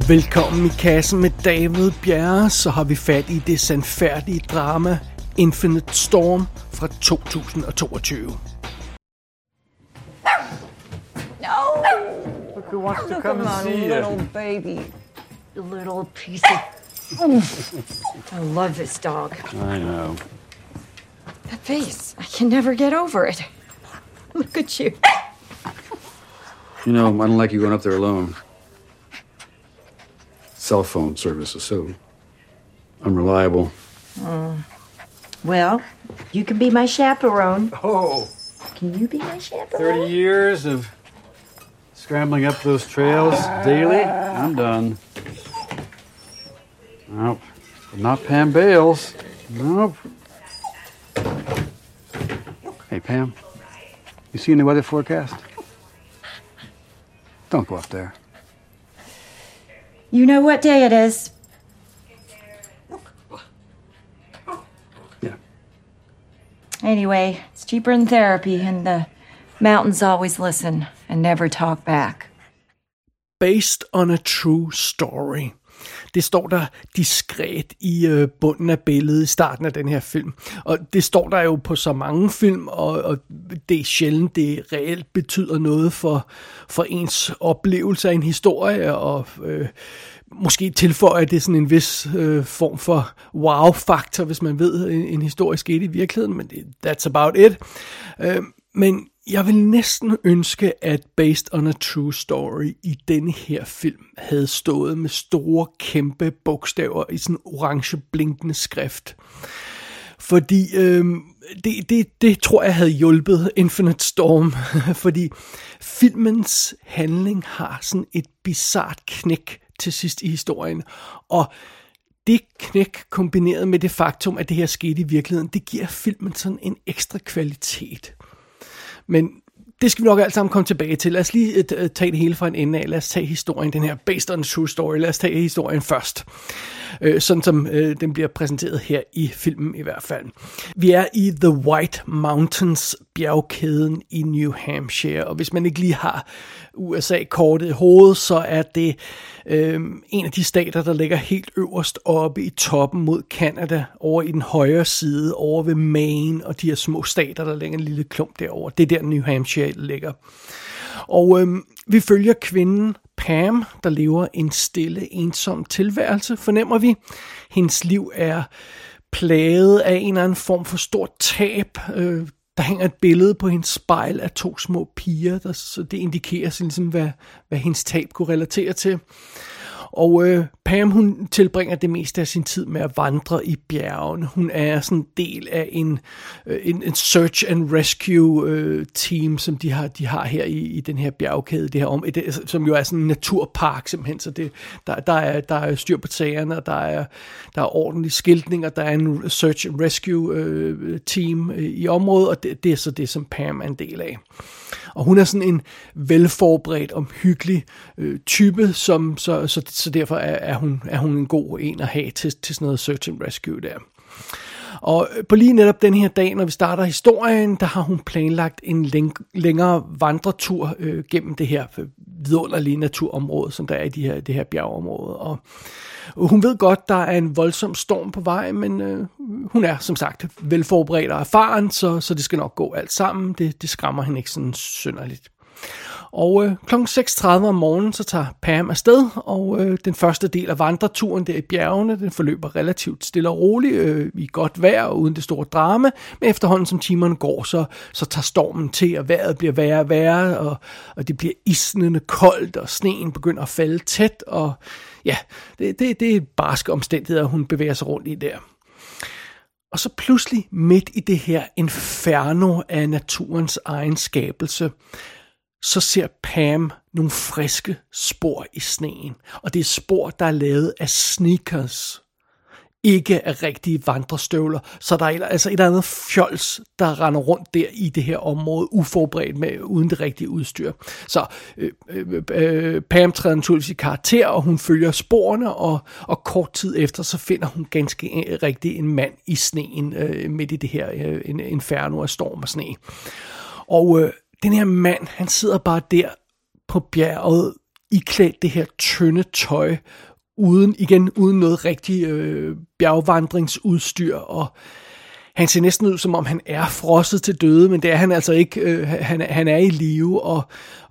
Velkommen i kassen med David Bjerre, så har vi fat i det sandfærdige drama Infinite Storm fra 2022. No! Look who wants to Look come at and my see little you. baby. The little piece of... I love this dog. I know. That face, I can never get over it. Look at you. You know, I don't like you going up there alone. Cell phone service is so unreliable. Well, you can be my chaperone. Oh, Can you be my chaperone? 30 years of scrambling up those trails daily. I'm done. Nope. Not Pam Bales. Nope. Hey, Pam. You see any weather forecast? Don't go up there. You know what day it is. Yeah. Anyway, it's cheaper than therapy, and the mountains always listen and never talk back. Based on a true story. Det står der diskret i bunden af billedet i starten af den her film. Og det står der jo på så mange film, og det er sjældent, det reelt betyder noget for ens oplevelse af en historie, og måske tilføjer det sådan en vis form for wow-faktor, hvis man ved, en historie skete i virkeligheden, men that's about it. Men jeg vil næsten ønske, at Based on a True Story i denne her film havde stået med store, kæmpe bogstaver i sådan orange blinkende skrift. Fordi det tror jeg havde hjulpet Infinite Storm, fordi filmens handling har sådan et bizart knæk til sidst i historien, og det knæk kombineret med det faktum, at det her skete i virkeligheden, det giver filmen sådan en ekstra kvalitet. Men det skal vi nok alt sammen komme tilbage til. Lad os lige tage det hele fra en ende af. Lad os tage historien, den her Based on a True Story. Lad os tage historien først. Sådan som den bliver præsenteret her i filmen i hvert fald. Vi er i The White Mountains, bjergkæden i New Hampshire. Og hvis man ikke lige har USA-kortet i hovedet, så er det en af de stater, der ligger helt øverst oppe i toppen mod Canada, over i den højre side, over ved Maine, og de her små stater, der ligger en lille klump derovre. Det er der New Hampshire ligger. Og vi følger kvinden Pam, der lever en stille, ensom tilværelse, fornemmer vi. Hendes liv er plaget af en eller anden form for stort tab. Der hænger et billede på hendes spejl af to små piger, så det indikerer sådan ligesom, hvad hendes tab kunne relatere til. Og Pam, hun tilbringer det meste af sin tid med at vandre i bjergene. Hun er sådan en del af en search and rescue team, som de har her i den her bjergkæde, det her som jo er sådan en naturpark simpelthen. Så der er styr på sagerne, og der er ordentlig skiltning, og der er en search and rescue team i området, og det er så det, som Pam er en del af. Og hun er sådan en velforberedt, omhyggelig type, så derfor er hun en god en at have til sådan noget search and rescue der. Og på lige netop den her dag, når vi starter historien, der har hun planlagt en længere vandretur gennem det her vidunderlige naturområde, som der er i det her bjergeområde. Og hun ved godt, der er en voldsom storm på vej, men hun er som sagt velforberedt og erfaren, så det skal nok gå alt sammen. Det skræmmer hende ikke sådan synderligt. Og kl. 6:30 om morgenen, så tager Pam afsted, og den første del af vandreturen der i bjergene, den forløber relativt stille og roligt, i godt vejr og uden det store drama, men efterhånden som timerne går, så tager stormen til, og vejret bliver værre og værre, og det bliver isnende koldt, og sneen begynder at falde tæt, og ja, det er barske omstændigheder, hun bevæger sig rundt i der. Og så pludselig midt i det her inferno af naturens egen skabelse, så ser Pam nogle friske spor i sneen. Og det er spor, der er lavet af sneakers. Ikke af rigtige vandrestøvler. Så der er altså et eller andet fjols, der render rundt der i det her område, uforberedt uden det rigtige udstyr. Så Pam træder naturligvis i karakter, og hun følger sporene, og kort tid efter, så finder hun ganske rigtigt en mand i sneen, midt i det her inferno af storm og sne. Og den her mand, han sidder bare der på bjerget iklædt det her tynde tøj, uden noget rigtig bjergvandringsudstyr, og han ser næsten ud, som om han er frosset til døde, men det er han altså ikke. Han er i live, og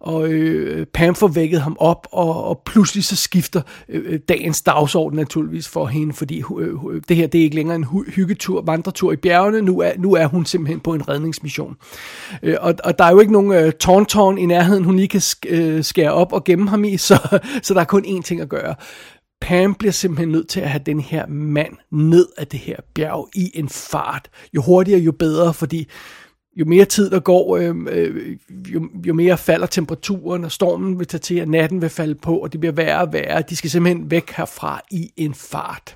Pam får vækket ham op, og pludselig så skifter dagens dagsorden naturligvis for hende, fordi det her, det er ikke længere en hyggetur, vandretur i bjergene. Nu er hun simpelthen på en redningsmission. Og der er jo ikke nogen tauntaun i nærheden, hun lige kan skære op og gemme ham i, så der er kun én ting at gøre. Pam bliver simpelthen nødt til at have den her mand ned af det her bjerg i en fart. Jo hurtigere, jo bedre, fordi jo mere tid der går, jo mere falder temperaturen, og stormen vil tage til, og natten vil falde på, og det bliver værre og værre. De skal simpelthen væk herfra i en fart.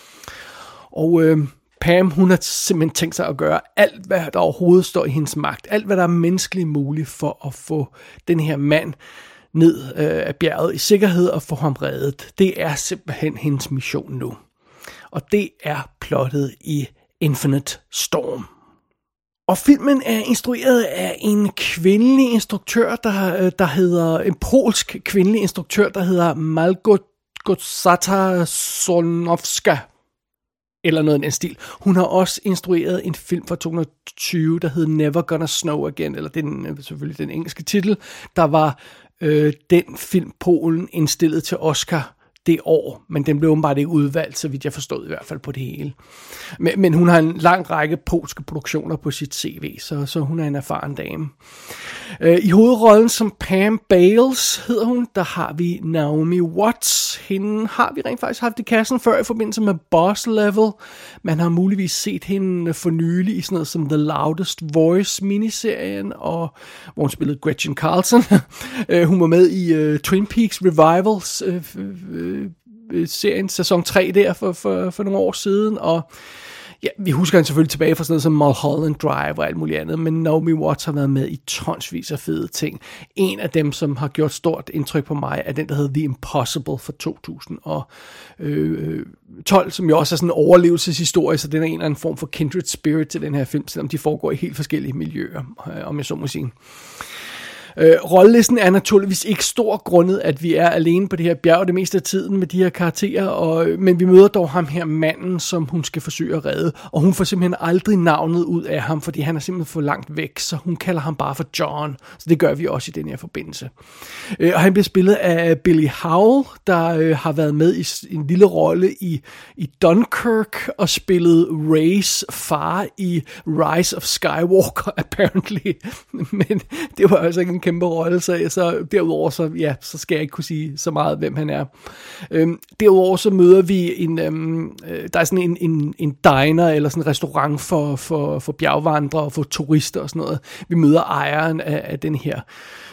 Og Pam, hun har simpelthen tænkt sig at gøre alt, hvad der overhovedet står i hendes magt. Alt, hvad der er menneskeligt muligt for at få den her mand ned af bjerget i sikkerhed og få ham reddet. Det er simpelthen hendes mission nu. Og det er plottet i Infinite Storm. Og filmen er instrueret af en kvindelig instruktør, der hedder en polsk kvindelig instruktør, der hedder Małgorzata Solnowska. Eller noget i den stil. Hun har også instrueret en film fra 2020, der hedder Never Gonna Snow Again, eller det er selvfølgelig den engelske titel, der var den film Polen indstillet til Oscar det år, men den blev åbenbart ikke udvalgt, så vidt jeg forstod i hvert fald på det hele. Men hun har en lang række polske produktioner på sit CV, så hun er en erfaren dame. I hovedrollen som Pam Bales hedder hun, der har vi Naomi Watts. Hende har vi rent faktisk haft i kassen før i forbindelse med Boss Level. Man har muligvis set hende for nylig i sådan noget som The Loudest Voice miniserien, og hvor hun spillede Gretchen Carlson. Hun var med i Twin Peaks Revivals serien, sæson 3 der for nogle år siden, og ja, vi husker hende selvfølgelig tilbage fra sådan noget som Mulholland Drive og alt muligt andet, men Naomi Watts har været med i tonsvis af fede ting. En af dem, som har gjort stort indtryk på mig, er den, der hedder The Impossible fra 2012, som jo også er sådan en overlevelseshistorie, så den er en eller anden form for kindred spirit til den her film, selvom de foregår i helt forskellige miljøer, om jeg så må sige. Rollelisten er naturligvis ikke stor grundet, at vi er alene på det her bjerg det meste af tiden med de her karakterer, men vi møder dog ham her manden, som hun skal forsøge at redde, og hun får simpelthen aldrig navnet ud af ham, fordi han er simpelthen for langt væk, så hun kalder ham bare for John, så det gør vi også i den her forbindelse. Og han bliver spillet af Billy Howell, der har været med i en lille rolle i Dunkirk og spillet Reys far i Rise of Skywalker, apparently, men det var altså ikke en kæmpe rolle, så derudover så skal jeg ikke kunne sige så meget, hvem han er. Derudover så møder vi der er sådan en diner, eller sådan en restaurant for bjergvandrere og for turister og sådan noget. Vi møder ejeren af den her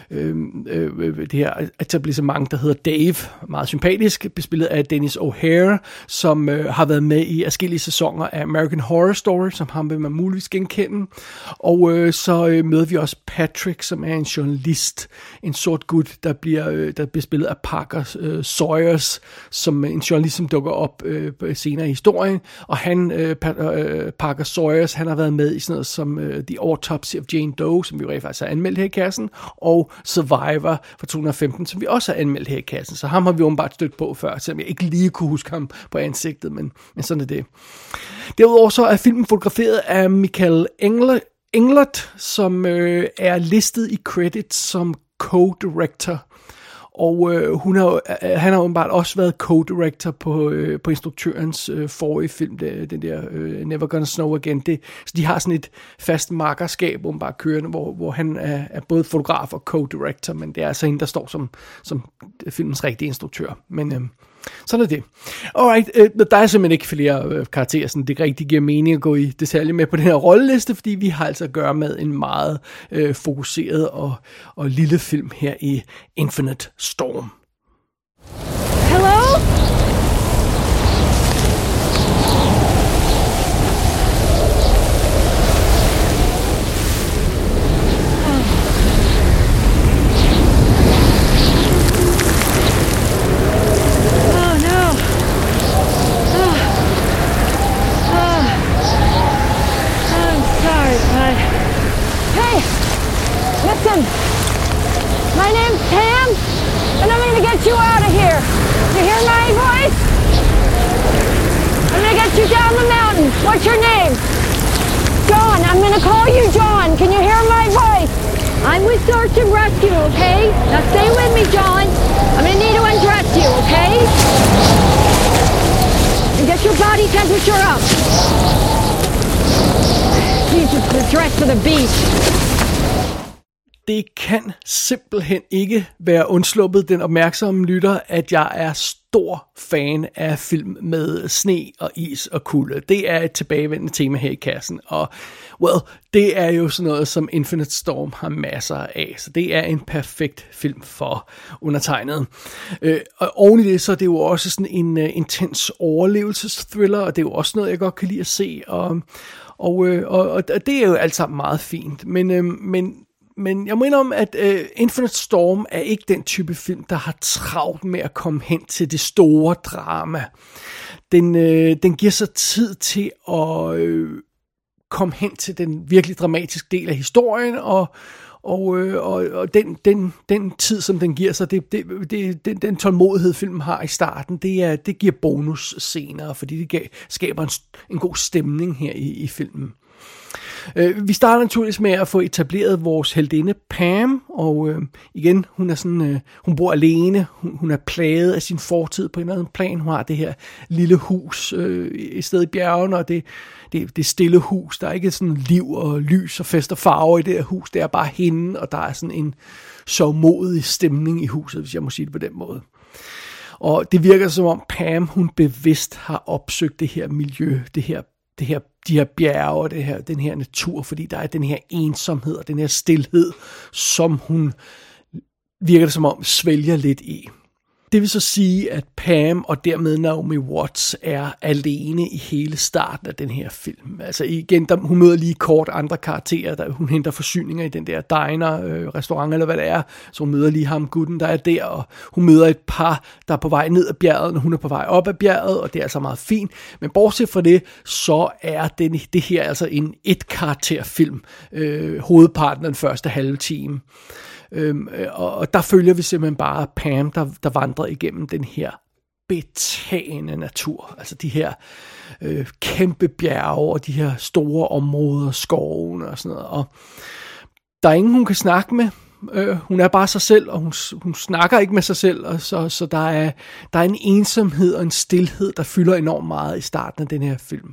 det her etablissement, der hedder Dave, meget sympatisk, bespillet af Dennis O'Hare, som har været med i adskillige sæsoner af American Horror Story, som ham vil man muligvis genkende. Og så møder vi også Patrick, som er en journalist, en sort gut, der bliver spillet af Parker Sawyers, som en journalist, som dukker op senere i historien. Og han, Parker Sawyers, han har været med i sådan noget som The Autopsy of Jane Doe, som vi jo faktisk har anmeldt her i kassen, og Survivor fra 2015, som vi også har anmeldt her i kassen. Så ham har vi åbenbart stødt på før, selvom jeg ikke lige kunne huske ham på ansigtet, men sådan er det. Derudover så er filmen fotograferet af Michael Englert, som er listet i credits som co-director. Og han har åbenbart også været co-director på instruktørens forrige film, den der Never Gonna Snow Again. Så de har sådan et fast makkerskab åbenbart kørende, hvor han er både fotograf og co-director, men det er altså hende, der står som filmens rigtige instruktør. Men sådan er det. Alright, der er simpelthen ikke flere karakterer, sådan det rigtig giver mening at gå i detaljer med på den her rolleliste, fordi vi har altså at gøre med en meget fokuseret og lille film her i Infinite Storm. Hello? My name's Pam. and I'm gonna get you out of here. You hear my voice? I'm gonna get you down the mountain. What's your name? John. I'm gonna call you John. Can you hear my voice? I'm with Search and Rescue, okay? Now stay with me, John. I'm gonna need to undress you, okay? And get your body temperature up. Jesus, we're dressed for the beach. Det kan simpelthen ikke være undsluppet den opmærksomme lytter, at jeg er stor fan af film med sne og is og kulde. Det er et tilbagevendende tema her i kassen, og det er jo sådan noget, som Infinite Storm har masser af, så det er en perfekt film for undertegnet. Og oven i det, så er det jo også sådan en intens overlevelsesthriller, og det er jo også noget, jeg godt kan lide at se, og det er jo alt sammen meget fint, men jeg må indrømme, at Infinite Storm er ikke den type film, der har travlt med at komme hen til det store drama. Den giver sig tid til at komme hen til den virkelig dramatiske del af historien, og den tid, som den giver sig, den tålmodighed, filmen har i starten, det giver bonus senere, fordi det skaber en god stemning her i filmen. Vi starter naturligvis med at få etableret vores heltinde Pam, og igen, hun er sådan, hun bor alene, hun er plaget af sin fortid på en eller anden plan. Hun har det her lille hus et sted i bjergene, og det stille hus, der er ikke sådan liv og lys og fest og farver i det her hus, det er bare hende, og der er sådan en sørgmodig stemning i huset, hvis jeg må sige det på den måde. Og det virker som om Pam, hun bevidst har opsøgt det her miljø, de her bjerge og den her natur, fordi der er den her ensomhed og den her stilhed, som hun virker det som om svælger lidt i. Det vil så sige, at Pam og dermed Naomi Watts er alene i hele starten af den her film. Altså igen, hun møder lige kort andre karakterer, der hun henter forsyninger i den der diner, restaurant eller hvad det er, så hun møder lige ham gutten, der er der, og hun møder et par, der er på vej ned ad bjerget, og hun er på vej op ad bjerget, og det er altså meget fint. Men bortset fra det, så er det her altså en et-karakterfilm, hovedparten af den første halve time. Og der følger vi simpelthen bare Pam, der vandrer igennem den her betagende natur. Altså de her kæmpe bjerge og de her store områder, skoven og sådan noget. Og der er ingen, hun kan snakke med. Hun er bare sig selv, og hun snakker ikke med sig selv. Og så der er en ensomhed og en stilhed, der fylder enormt meget i starten af den her film.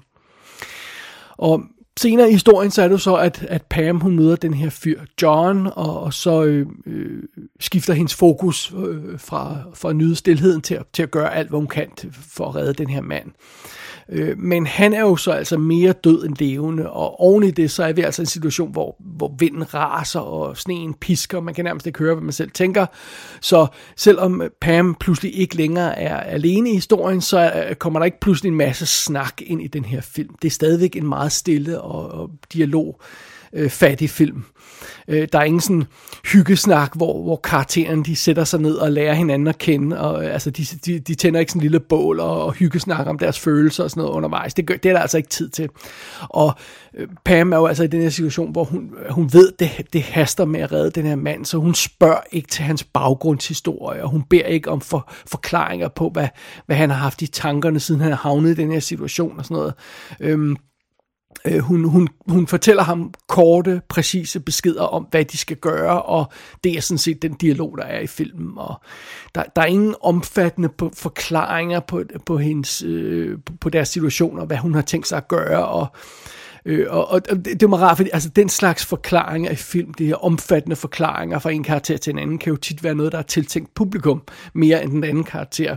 Og senere i historien, så er det jo så, at Pam, hun møder den her fyr, John, og så skifter hendes fokus fra at nyde stilheden til at gøre alt, hvad hun kan for at redde den her mand. Men han er jo så altså mere død end levende, og oven i det, så er vi altså i en situation, hvor vinden raser, og sneen pisker, man kan nærmest ikke høre, hvad man selv tænker. Så selvom Pam pludselig ikke længere er alene i historien, så kommer der ikke pludselig en masse snak ind i den her film. Det er stadigvæk en meget stille og dialogfattig film. Der er ingen sådan hyggesnak, hvor karaktererne de sætter sig ned og lærer hinanden at kende, og altså de tænder ikke sådan en lille bål og hyggesnakker om deres følelser og sådan noget undervejs. Det er der altså ikke tid til. Og Pam er jo altså i den her situation, hvor hun ved, det haster med at redde den her mand, så hun spørger ikke til hans baggrundshistorie, og hun beder ikke om forklaringer på, hvad han har haft i tankerne, siden han har havnet i den her situation og sådan noget. Hun fortæller ham korte, præcise beskeder om, hvad de skal gøre, og det er sådan set den dialog, der er i filmen. Og der er ingen omfattende forklaringer på hendes, på deres situationer, hvad hun har tænkt sig at gøre, og det er meget rart, fordi altså, den slags forklaringer i film, de her omfattende forklaringer fra en karakter til en anden, kan jo tit være noget, der er tiltænkt publikum, mere end den anden karakter.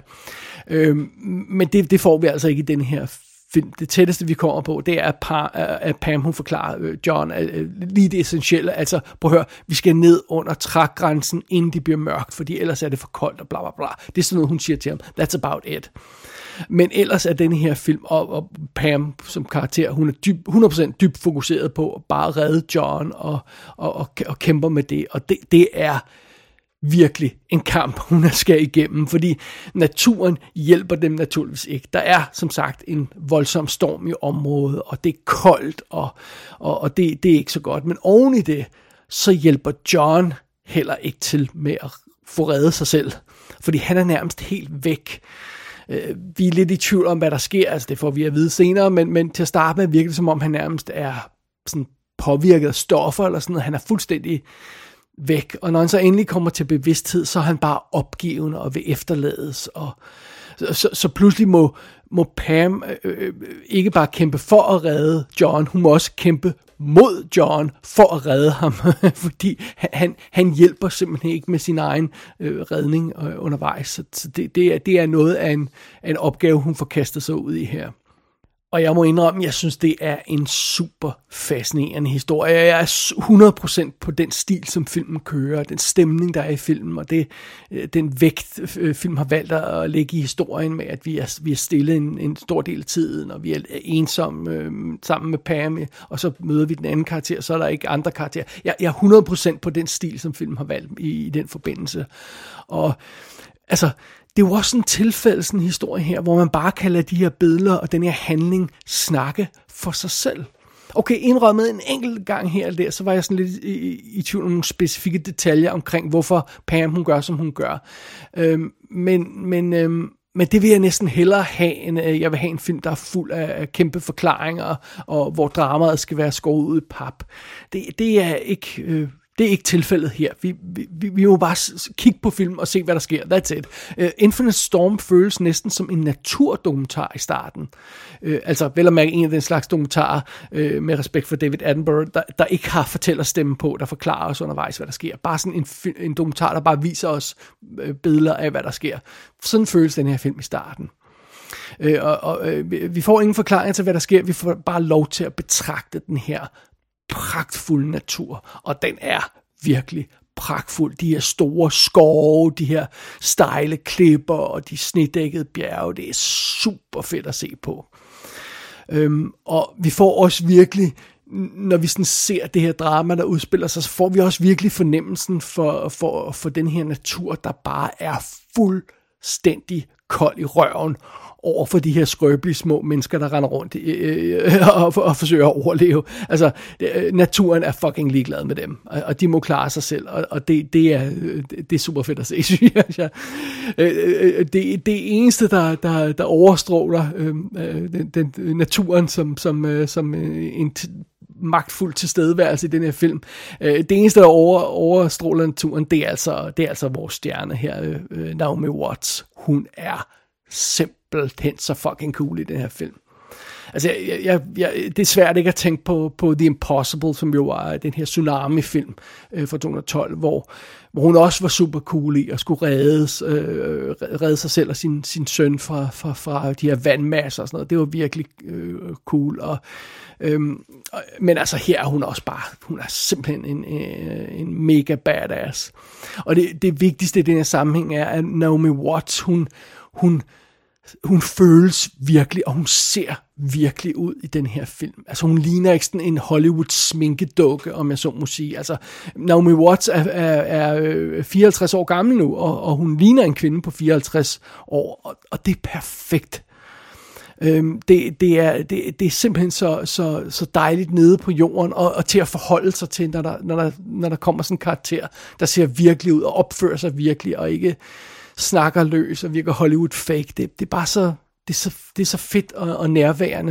Men det får vi altså ikke i den her film. Det tætteste, vi kommer på, det er, at Pam, hun forklarer John lige det essentielle. Altså, prøv at høre, vi skal ned under trækgrænsen, inden det bliver mørkt, fordi ellers er det for koldt og bla bla bla. Det er sådan noget, hun siger til ham. That's about it. Men ellers er denne her film, og Pam som karakter, hun er 100% dybt fokuseret på at bare redde John og kæmper med det. Og det er virkelig en kamp, hun skal igennem, fordi naturen hjælper dem naturligvis ikke. Der er, som sagt, en voldsom storm i området, og det er koldt, og det er ikke så godt. Men oven i det, så hjælper John heller ikke til med at få reddet sig selv, fordi han er nærmest helt væk. Vi er lidt i tvivl om, hvad der sker, altså det får vi at vide senere, men til at starte med virker det som om, han nærmest er sådan påvirket af stoffer, eller sådan noget. Han er fuldstændig væk, og når han så endelig kommer til bevidsthed, så er han bare opgivende og vil efterlades, og så pludselig må Pam ikke bare kæmpe for at redde John, hun må også kæmpe mod John for at redde ham, fordi han hjælper simpelthen ikke med sin egen redning undervejs. Så det er noget af en opgave, hun får kastet sig ud i her. Og jeg må indrømme, jeg synes, det er en super fascinerende historie. Jeg er 100% på den stil, som filmen kører, den stemning, der er i filmen, og den vægt, film har valgt at lægge i historien med, at vi er stille en stor del af tiden, og vi er ensomme sammen med Pam, og så møder vi den anden karakter, så er der ikke andre karakterer. Jeg er 100% på den stil, som filmen har valgt i den forbindelse. Og altså, det er jo også en tilfælde, sådan en historie her, hvor man bare kan lade de her billeder og den her handling snakke for sig selv. Okay, indrømmet en enkelt gang her eller der, så var jeg sådan lidt i tvivl om nogle specifikke detaljer omkring, hvorfor Pam hun gør, som hun gør. Men det vil jeg næsten hellere have, end jeg vil have en film, der er fuld af kæmpe forklaringer, og hvor dramaet skal være skåret ud i pap. Det er ikke... Det er ikke tilfældet her. Vi må bare kigge på film og se, hvad der sker. That's it. Infinite Storm føles næsten som en naturdokumentar i starten. Altså vel at mærke en af den slags dokumentarer, med respekt for David Attenborough, der ikke har fortællerstemme på, der forklarer os undervejs, hvad der sker. Bare sådan en dokumentar, der bare viser os billeder af, hvad der sker. Sådan føles den her film i starten. Vi får ingen forklaring til, hvad der sker. Vi får bare lov til at betragte den her pragtfuld natur, og den er virkelig pragtfuld. De her store skove, de her stejle klipper og de snedækkede bjerge, det er super fedt at se på. Og vi får også virkelig, når vi sådan ser det her drama, der udspiller sig, så får vi også virkelig fornemmelsen for den her natur, der bare er fuldstændig kold i røven over for de her skrøbelige små mennesker, der render rundt og forsøger at overleve. Altså, naturen er fucking ligeglad med dem, og de må klare sig selv, og det er super fedt at se, synes jeg. Det eneste, der overstråler den naturen som en magtfuld tilstedeværelse i den her film. Det eneste, der overstråler naturen, det er altså vores stjerne her, Naomi Watts. Hun er simpelthen så fucking cool i den her film. Altså, det er svært ikke at tænke på The Impossible, som jo var den her tsunami-film fra 2012, hvor hun også var super cool i at skulle redde sig selv og sin søn fra de her vandmasser og sådan noget. Det var virkelig cool. Men altså, her er hun også bare, hun er simpelthen en mega badass. Og det vigtigste i den her sammenhæng er, at Naomi Watts, hun føles virkelig, og hun ser virkelig ud i den her film. Altså hun ligner ikke sådan en Hollywood sminkedukke, om jeg så må sige. Altså Naomi Watts er 54 år gammel nu, og hun ligner en kvinde på 54 år, og det er perfekt. Det er simpelthen så dejligt nede på jorden, og til at forholde sig til, når der kommer sådan en karakter, der ser virkelig ud, og opfører sig virkelig, og ikke snakker løs og virker Hollywood fake. Det er bare så det er så fedt og nærværende.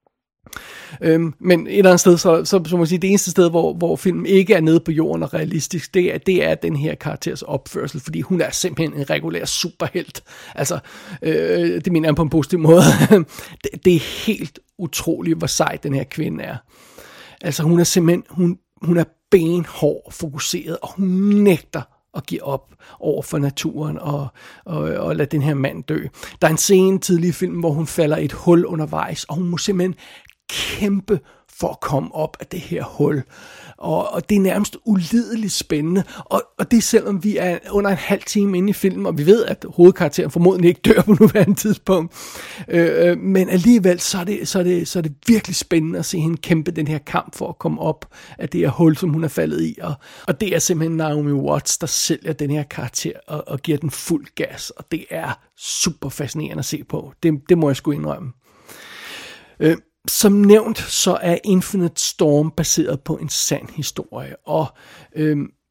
Men et eller andet sted, så må man sige, det eneste sted, hvor filmen ikke er nede på jorden og realistisk, det er den her karakters opførsel, fordi hun er simpelthen en regulær superhelt. Altså, det mener jeg på en positiv måde. Det er helt utroligt, hvor sej den her kvinde er. Altså, hun er simpelthen, hun er benhård fokuseret, og hun nægter og give op over for naturen og lade den her mand dø. Der er en scene tidlig i filmen, hvor hun falder i et hul undervejs, og hun må simpelthen kæmpe for at komme op af det her hul. Og det er nærmest ulideligt spændende. Og det selvom vi er under en halv time inde i filmen, og vi ved, at hovedkarakteren formodentlig ikke dør på nuværende tidspunkt. Men alligevel, så er det virkelig spændende at se hende kæmpe den her kamp for at komme op af det her hul, som hun er faldet i. Og det er simpelthen Naomi Watts, der sælger den her karakter og giver den fuld gas. Og det er super fascinerende at se på. Det må jeg sgu indrømme. Som nævnt, så er Infinite Storm baseret på en sand historie, og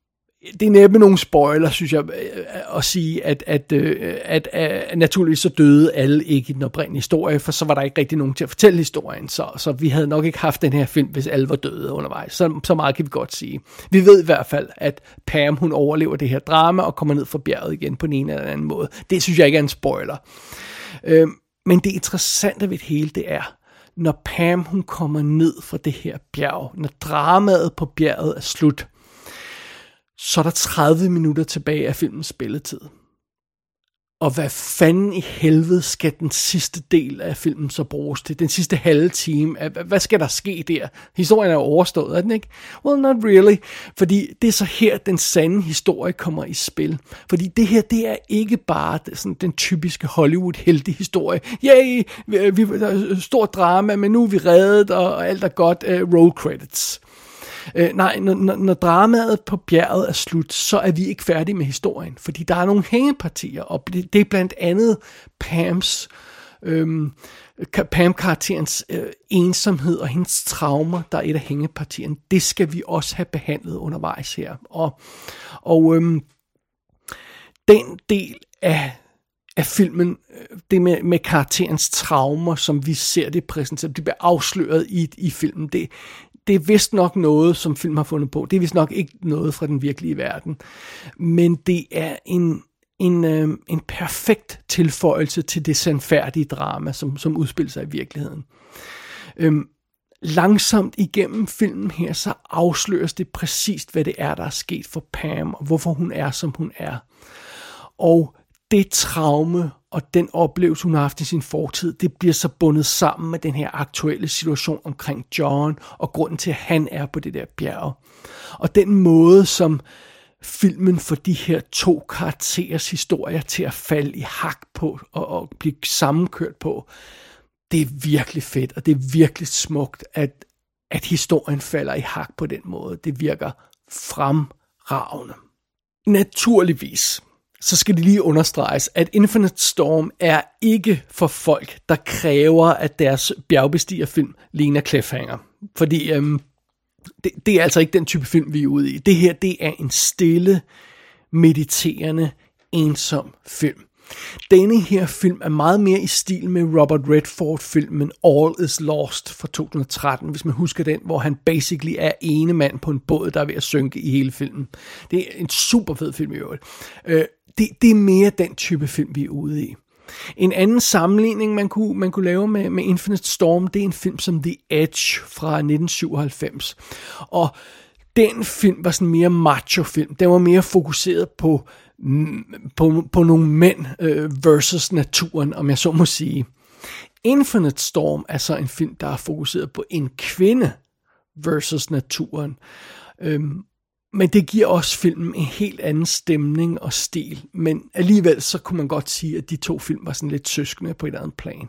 det er næppe nogen spoiler, synes jeg, at sige, at naturligvis så døde alle ikke i den oprindelige historie, for så var der ikke rigtig nogen til at fortælle historien, så vi havde nok ikke haft den her film, hvis alle var døde undervejs. Så meget kan vi godt sige. Vi ved i hvert fald, at Pam, hun overlever det her drama og kommer ned fra bjerget igen på en eller anden måde. Det synes jeg ikke er en spoiler. Men det interessante ved det hele, det er, når Pam, hun kommer ned fra det her bjerg, når dramaet på bjerget er slut, så er der 30 minutter tilbage af filmens spilletid. Og hvad fanden i helvede skal den sidste del af filmen så bruges til? Den sidste halve time? Hvad skal der ske der? Historien er jo overstået, er den ikke? Well, not really. Fordi det er så her, den sande historie kommer i spil. Fordi det her, det er ikke bare sådan den typiske Hollywood-heldige historie. Yay! Stor drama, men nu er vi reddet, og alt er godt. Roll credits. Nej, når dramaet på bjerget er slut, så er vi ikke færdige med historien, fordi der er nogle hængepartier, og det er blandt andet Pam-karakterens ensomhed og hendes traumer, der er et af hængepartierne. Det skal vi også have behandlet undervejs her. Og den del af filmen, det med karakterens traumer, som vi ser det præsenteret, det bliver afsløret i filmen. Det er vist nok noget, som film har fundet på. Det er vist nok ikke noget fra den virkelige verden. Men det er en perfekt tilføjelse til det sandfærdige drama, som udspiller sig i virkeligheden. Langsomt igennem filmen her, så afsløres det præcist, hvad det er, der er sket for Pam, og hvorfor hun er, som hun er. Og det traume og den oplevelse, hun har haft i sin fortid, det bliver så bundet sammen med den her aktuelle situation omkring John, og grunden til, at han er på det der bjerg. Og den måde, som filmen får de her to karakterers historier til at falde i hak på, og blive sammenkørt på, det er virkelig fedt, og det er virkelig smukt, at historien falder i hak på den måde. Det virker fremragende. Naturligvis så skal det lige understreges, at Infinite Storm er ikke for folk, der kræver, at deres bjergbestigerfilm ligner cliffhanger. Fordi det er altså ikke den type film, vi er ude i. Det her, det er en stille, mediterende, ensom film. Denne her film er meget mere i stil med Robert Redford-filmen All Is Lost fra 2013, hvis man husker den, hvor han basically er ene mand på en båd, der er ved at synke i hele filmen. Det er en super fed film i øvrigt. Det er mere den type film, vi er ude i. En anden sammenligning, man kunne lave med Infinite Storm, det er en film som The Edge fra 1997. Og den film var sådan mere macho-film. Den var mere fokuseret på nogle mænd versus naturen, om jeg så må sige. Infinite Storm er så en film, der er fokuseret på en kvinde versus naturen. Men det giver også filmen en helt anden stemning og stil. Men alligevel så kunne man godt sige, at de to film var sådan lidt søskende på et andet plan.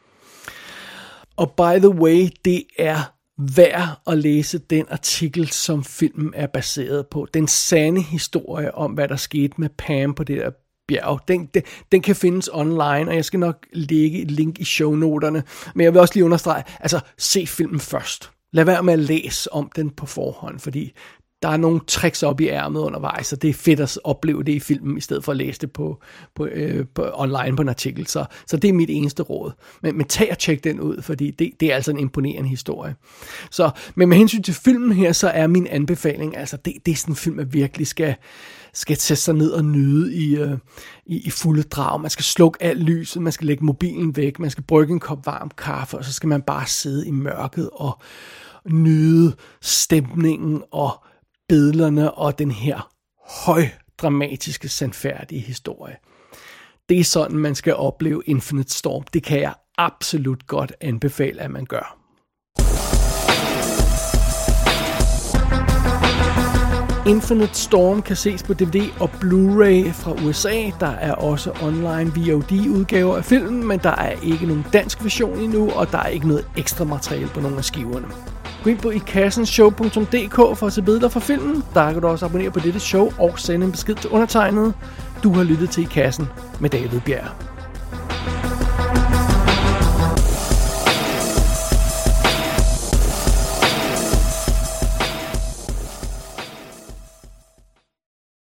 Og by the way, det er værd at læse den artikel, som filmen er baseret på. Den sande historie om, hvad der skete med Pam på det der bjerg. Den kan findes online, og jeg skal nok lægge et link i shownoterne. Men jeg vil også lige understrege, altså se filmen først. Lad være med at læse om den på forhånd, fordi der er nogle tricks op i ærmet undervejs, og det er fedt at opleve det i filmen, i stedet for at læse det på online på en artikel. Så det er mit eneste råd. Men tag og tjek den ud, fordi det er altså en imponerende historie. Men med hensyn til filmen her, så er min anbefaling, altså det er sådan en film, man virkelig skal sætte sig ned og nyde i fulde drag. Man skal slukke alt lyset, man skal lægge mobilen væk, man skal brygge en kop varm kaffe, og så skal man bare sidde i mørket og nyde stemningen og billederne og den her højdramatiske, sandfærdige historie. Det er sådan, man skal opleve Infinite Storm. Det kan jeg absolut godt anbefale, at man gør. Infinite Storm kan ses på DVD og Blu-ray fra USA. Der er også online VOD-udgaver af filmen, men der er ikke nogen dansk version endnu, og der er ikke noget ekstra materiale på nogle af skiverne. Gå ind på ikassenshow.dk for at se billeder fra filmen. Der kan du også abonnere på dette show og sende en besked til undertegnede. Du har lyttet til I Kassen med David Bjerg.